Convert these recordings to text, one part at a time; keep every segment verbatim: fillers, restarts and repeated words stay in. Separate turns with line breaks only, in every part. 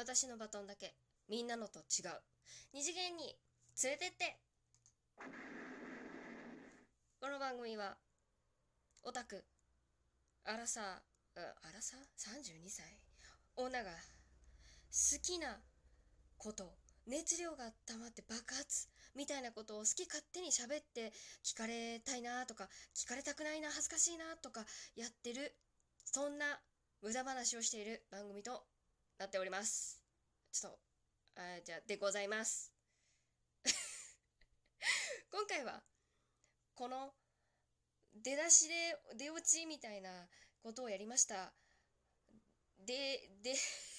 私のバトンだけみんなのと違う二次元に連れてって。この番組はオタク、アラサー、アラサー さんじゅうに 歳女が好きなこと、熱量が溜まって爆発みたいなことを好き勝手に喋って、聞かれたいなとか聞かれたくないな、恥ずかしいなとかやってる、そんな無駄話をしている番組となっております。ちょっとあじゃあでございます今回はこの出だしで出落ちみたいなことをやりました。でで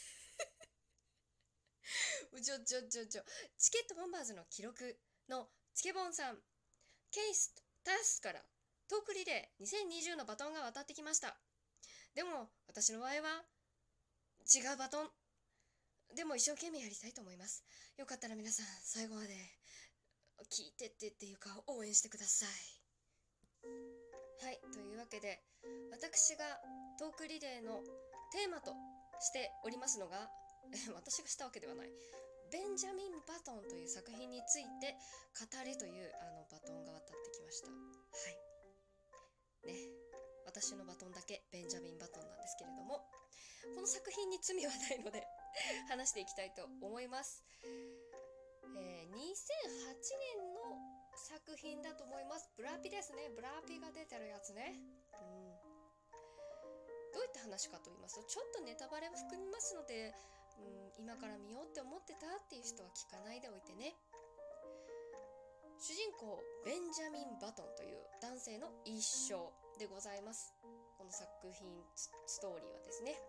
ちょちょちょちょチケットボンバーズの記録のチケボンさん、ケイスタスからトークリレーにせんにじゅうのバトンが渡ってきました。でも私の場合は違うバトンでも一生懸命やりたいと思います。よかったら皆さん最後まで聞いてってっていうか応援してください。はい、というわけで私がトークリレーのテーマとしておりますのが私がしたわけではない、ベンジャミン・バトンという作品について語れというあのバトンが渡ってきました。はいね、私のバトンだけベンジャミン・バトンなんですけれども、この作品に罪はないので話していきたいと思います。えー、にせんはちねんの作品だと思います。ブラピですね。ブラピが出てるやつね。うん、どういった話かと言いますと、ちょっとネタバレを含みますので、うん、今から見ようって思ってたっていう人は聞かないでおいてね。主人公ベンジャミン・バトンという男性の一生でございます。この作品ストーリーはですね、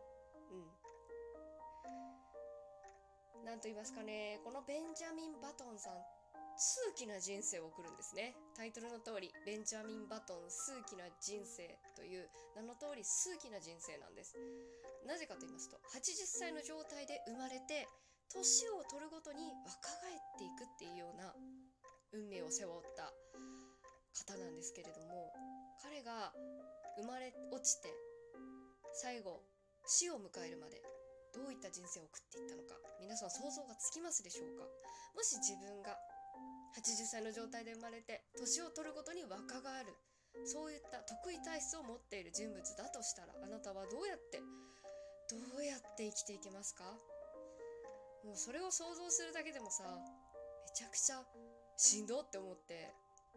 うん、なんと言いますかね、このベンジャミン・バトンさん、数奇な人生を送るんですね。タイトルの通り、ベンジャミン・バトン数奇な人生という名の通り数奇な人生なんです。なぜかと言いますと、はちじゅっさいの状態で生まれて年を取るごとに若返っていくっていうような運命を背負った方なんですけれども、彼が生まれ落ちて最後死を迎えるまでどういった人生を送っていったのか、皆さん想像がつきますでしょうか。もし自分がはちじゅっさいの状態で生まれて年を取るごとに若返る、そういった得意体質を持っている人物だとしたら、あなたはどうやってどうやって生きていけますか。もうそれを想像するだけでもさ、めちゃくちゃしんどって思って、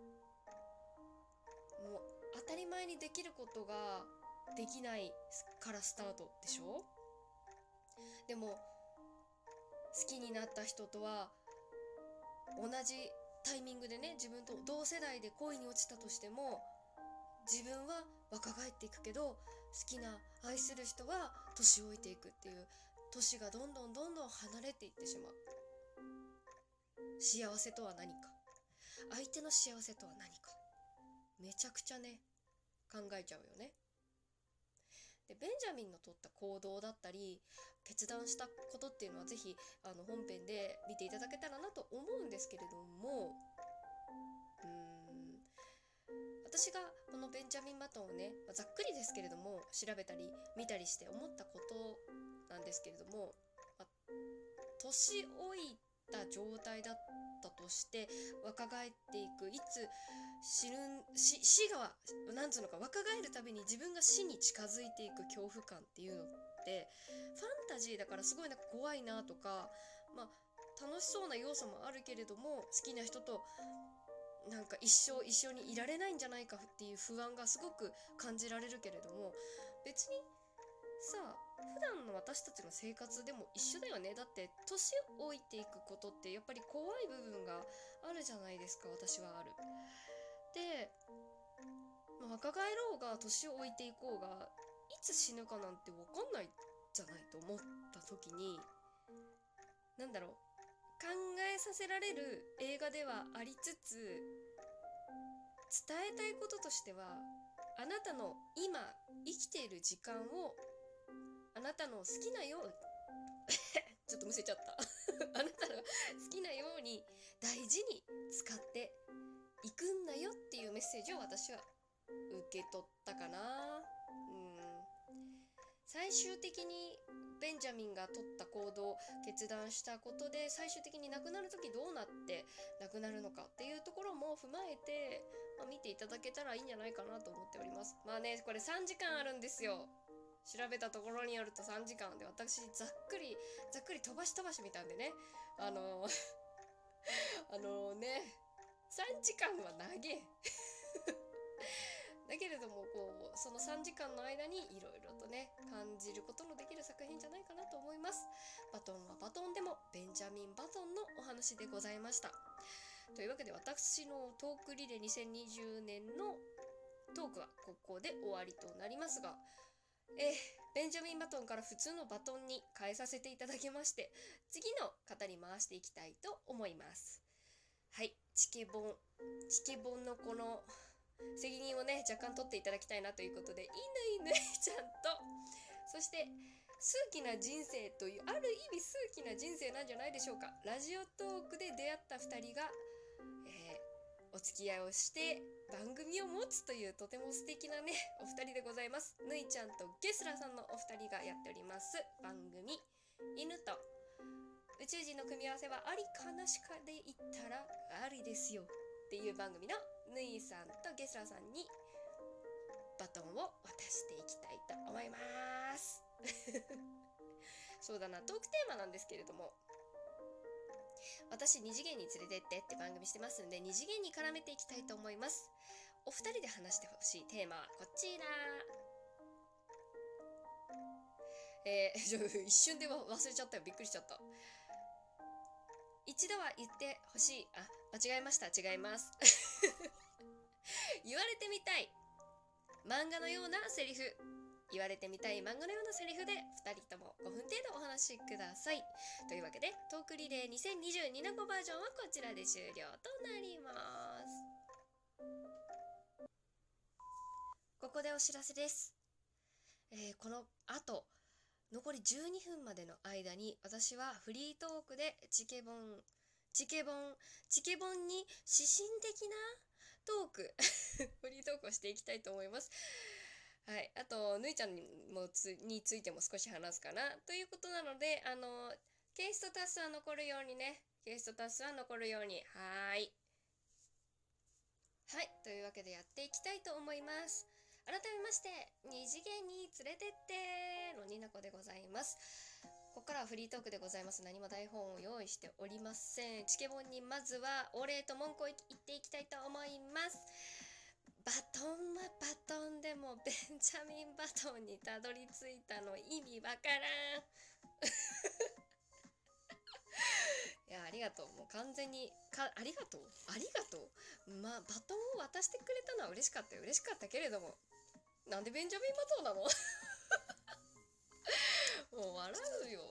もう当たり前にできることができないからスタートでしょ。でも好きになった人とは同じタイミングでね、自分と同世代で恋に落ちたとしても、自分は若返っていくけど、好きな愛する人は年老いていくっていう、年がどんどんどんどん離れていってしまう。幸せとは何か、相手の幸せとは何か、めちゃくちゃね考えちゃうよね。でベンジャミンの取った行動だったり決断したことっていうのは、ぜひあの本編で見ていただけたらなと思うんですけれども、うーん私がこのベンジャミン・バトンをね、ざっくりですけれども調べたり見たりして思ったことなんですけれども、ま年老いた状態だったとして若返っていく、いつ死ぬ死死がなんつうのか、若返るたびに自分が死に近づいていく恐怖感っていうのってファンタジーだからすごいなんか怖いなとか、まあ楽しそうな要素もあるけれども、好きな人となんか一生一緒にいられないんじゃないかっていう不安がすごく感じられるけれども、別にさあ普段の私たちの生活でも一緒だよね。だって年老いていくことってやっぱり怖い部分があるじゃないですか。私はある。で、まあ、若返ろうが年老いていこうがいつ死ぬかなんて分かんないじゃないと思った時に、なんだろう、考えさせられる映画ではありつつ、伝えたいこととしては、あなたの今生きている時間をあなたの好きなようにちょっとむせちゃったあなたの好きなように大事に使っていくんだよっていうメッセージを私は受け取ったかな。うん最終的にベンジャミンが取った行動、決断したことで最終的に亡くなる時どうなって亡くなるのかっていうところも踏まえて、まあ、見ていただけたらいいんじゃないかなと思っております。まあね、これさんじかんあるんですよ。調べたところによるとさんじかんで、私ざっくりざっくり飛ばし飛ばし見たんでね、あのあのねさんじかんは長えだけれども、こうそのさんじかんの間にいろいろとね感じることのできる作品じゃないかなと思います。バトンはバトンでもベンジャミン・バトンのお話でございました。というわけで、私のトークリレーにせんにじゅうねんのトークはここで終わりとなりますが、えー、ベンジャミン・バトンから普通のバトンに変えさせていただきまして、次の方に回していきたいと思います。はい、チケボンチケボンのこの責任をね若干取っていただきたいなということで、いぬいぬいちゃんと、そして数奇な人生という、ある意味数奇な人生なんじゃないでしょうか。ラジオトークで出会ったふたりが、えー、お付き合いをして番組を持つというとても素敵なねお二人でございます。ぬいちゃんとゲスラさんのお二人がやっております番組、犬と宇宙人の組み合わせはありかなしかで言ったらありですよっていう番組のぬいさんとゲスラさんにバトンを渡していきたいと思いますそうだな、トークテーマなんですけれども、私二次元に連れてってって番組してますんで、二次元に絡めていきたいと思います。お二人で話してほしいテーマはこちら。えー、一瞬で忘れちゃったよ、びっくりしちゃった。一度は言ってほしい、あ、間違えました、違います言われてみたい漫画のようなセリフ、言われてみたい漫画のようなセリフでふたりともごふん程度お話しください。というわけで、トークリレーにせんにじゅうにのごバージョンはこちらで終了となります。ここでお知らせです。えー、この後残りじゅうにふんまでの間に、私はフリートークでチケボンチケボンチケボンに指針的なトークフリートークをしていきたいと思います。はい、あとぬいちゃんにもつについても少し話すかなということなので、あのケイストタスは残るようにねケイストタスは残るようにはーいはい、というわけでやっていきたいと思います。改めまして、二次元に連れてってのになこでございます。ここからはフリートークでございます。何も台本を用意しておりません。チケボンにまずはお礼と文句を言っていきたいと思います。バトンはバトンでもベンジャミンバトンにたどり着いたの意味わからんいや、ありがとう。もう完全にかありがとうありがとうまあバトンを渡してくれたのは嬉しかったよ嬉しかったけれども、なんでベンジャミンバトンなのもう笑うよ。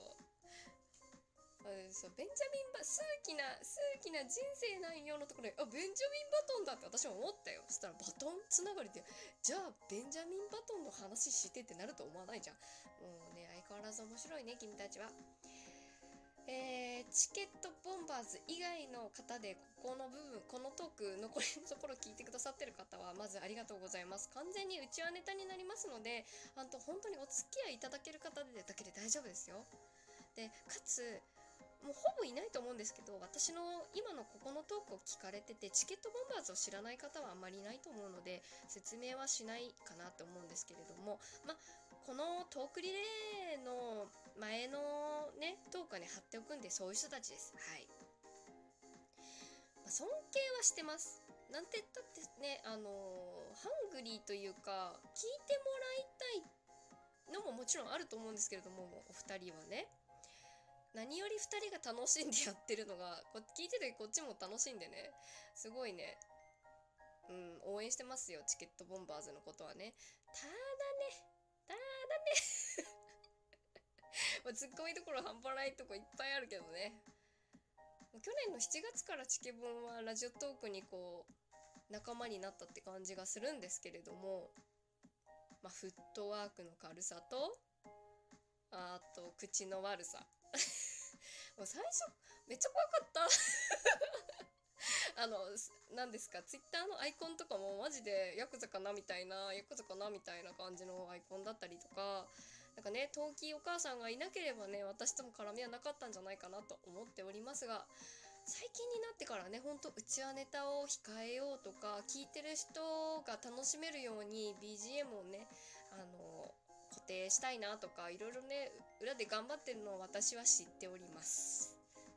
そう、ベンジャミンバ数奇な数奇な人生なんよのところで、あ、ベンジャミンバトンだって私も思ったよ。そしたらバトンつながりで、じゃあベンジャミンバトンの話してってなると思わないじゃん。もうね、相変わらず面白いね君たちは。えー、チケットボンバーズ以外の方でここの部分、このトーク残りのところ聞いてくださってる方はまずありがとうございます。完全にうちはネタになりますので、あと本当にお付き合いいただける方でだけで大丈夫ですよ。でかつもうほぼいないと思うんですけど、私の今のここのトークを聞かれててチケットボンバーズを知らない方はあんまりいないと思うので説明はしないかなと思うんですけれども、まあこのトークリレーの前のねトークに貼っておくんで、そういう人たちです。はい、まあ、尊敬はしてます。なんて言ったってね、あのー、ハングリーというか聞いてもらいたいのももちろんあると思うんですけれども、お二人はね、何よりふたりが楽しんでやってるのがこ聞いててこっちも楽しんでね、すごいね、うん、応援してますよ、チケットボンバーズのことはね。ただねただねまあ、ツッコミどころ半端ないとこいっぱいあるけどね。去年のしちがつからチケボンはラジオトークにこう仲間になったって感じがするんですけれども、まあ、フットワークの軽さとあと口の悪さもう最初めっちゃ怖かったあの何ですか、ツイッターのアイコンとかもマジでヤクザかなみたいなヤクザかなみたいな感じのアイコンだったりとか、 なんかね、陶器お母さんがいなければね、私とも絡みはなかったんじゃないかなと思っておりますが、最近になってからね、ほんとうちわネタを控えようとか、聞いてる人が楽しめるように ビージーエム をね、あの固定したいなとか、いろいろね、裏で頑張ってるのを私は知っております。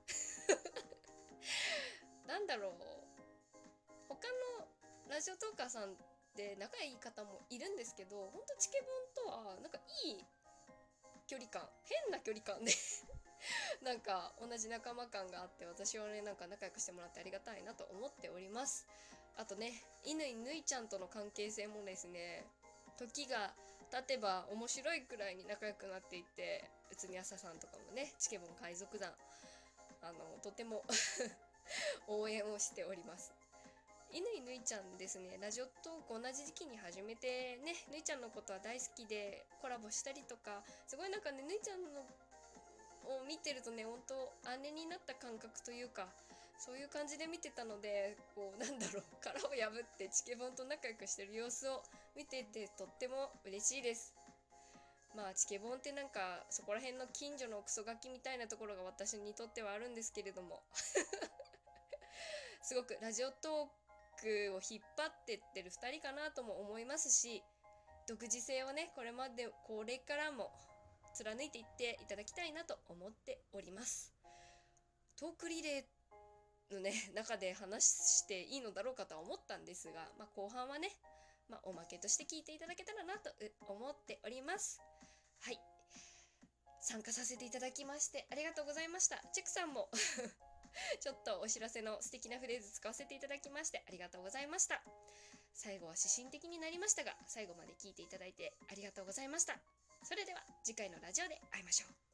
なんだろう、他のラジオトーカーさんで仲いい方もいるんですけど、ほんとチケボンとはなんかいい距離感、変な距離感でなんか同じ仲間感があって、私はね、なんか仲良くしてもらってありがたいなと思っております。あとね、乾ぬいちゃんとの関係性もですね、時が経てば面白いくらいに仲良くなっていって、内海朝さんとかもね、チケボン海賊団、あのとても応援をしております。乾ぬいちゃんですね、ラジオトーク同じ時期に始めてね、ぬいちゃんのことは大好きでコラボしたりとか、すごいなんかね、ぬいちゃんのを見てるとね、本当姉になった感覚というか、そういう感じで見てたので、こうなんだろう、殻を破ってチケボンと仲良くしてる様子を見ててとっても嬉しいです。まあチケボンってなんかそこら辺の近所のクソガキみたいなところが私にとってはあるんですけれどもすごくラジオトークを引っ張ってってるふたりかなとも思いますし、独自性をね、これまでこれからも貫いていっていただきたいなと思っております。トークリレーのね中で話していいのだろうかとは思ったんですが、まあ、後半はね、まあ、おまけとして聞いていただけたらなと思っております。はい、参加させていただきましてありがとうございました。チェクさんもちょっとお知らせの素敵なフレーズ使わせていただきましてありがとうございました。最後は指針的になりましたが、最後まで聞いていただいてありがとうございました。それでは次回のラジオで会いましょう。